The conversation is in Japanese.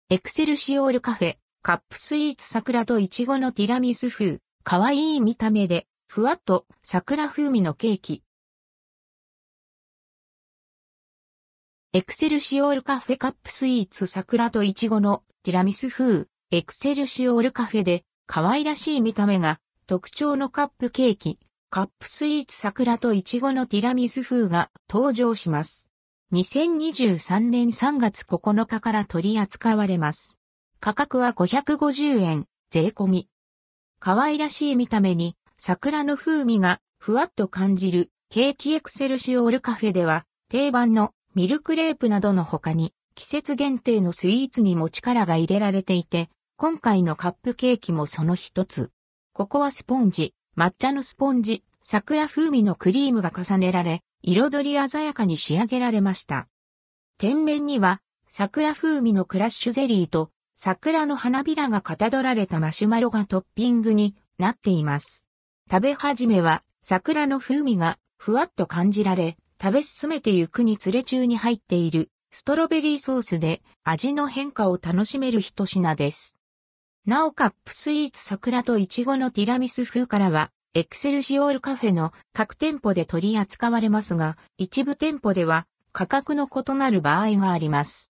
エクセルシオールカフェ、カップスイーツ桜とイチゴのティラミス風、かわいい見た目で、ふわっと桜風味のケーキ。エクセルシオールカフェカップスイーツ桜とイチゴのティラミス風、エクセルシオールカフェで、可愛らしい見た目が特徴のカップケーキ、カップスイーツ桜とイチゴのティラミス風が登場します。2023年3月9日から取り扱われます。価格は550円、税込み。可愛らしい見た目に桜の風味がふわっと感じるケーキエクセルシオールカフェでは定番のミルクレープなどの他に季節限定のスイーツにも力が入れられていて、今回のカップケーキもその一つ。ココアスポンジ、抹茶のスポンジ、桜風味のクリームが重ねられ、彩り鮮やかに仕上げられました。天面には桜風味のクラッシュゼリーと桜の花びらがかたどられたマシュマロがトッピングになっています。食べ始めは桜の風味がふわっと感じられ、食べ進めてゆくにつれ中に入っているストロベリーソースで味の変化を楽しめる一品です。なおカップスイーツ桜とイチゴのティラミス風からはエクセルシオールカフェの各店舗で取り扱われますが、一部店舗では価格の異なる場合があります。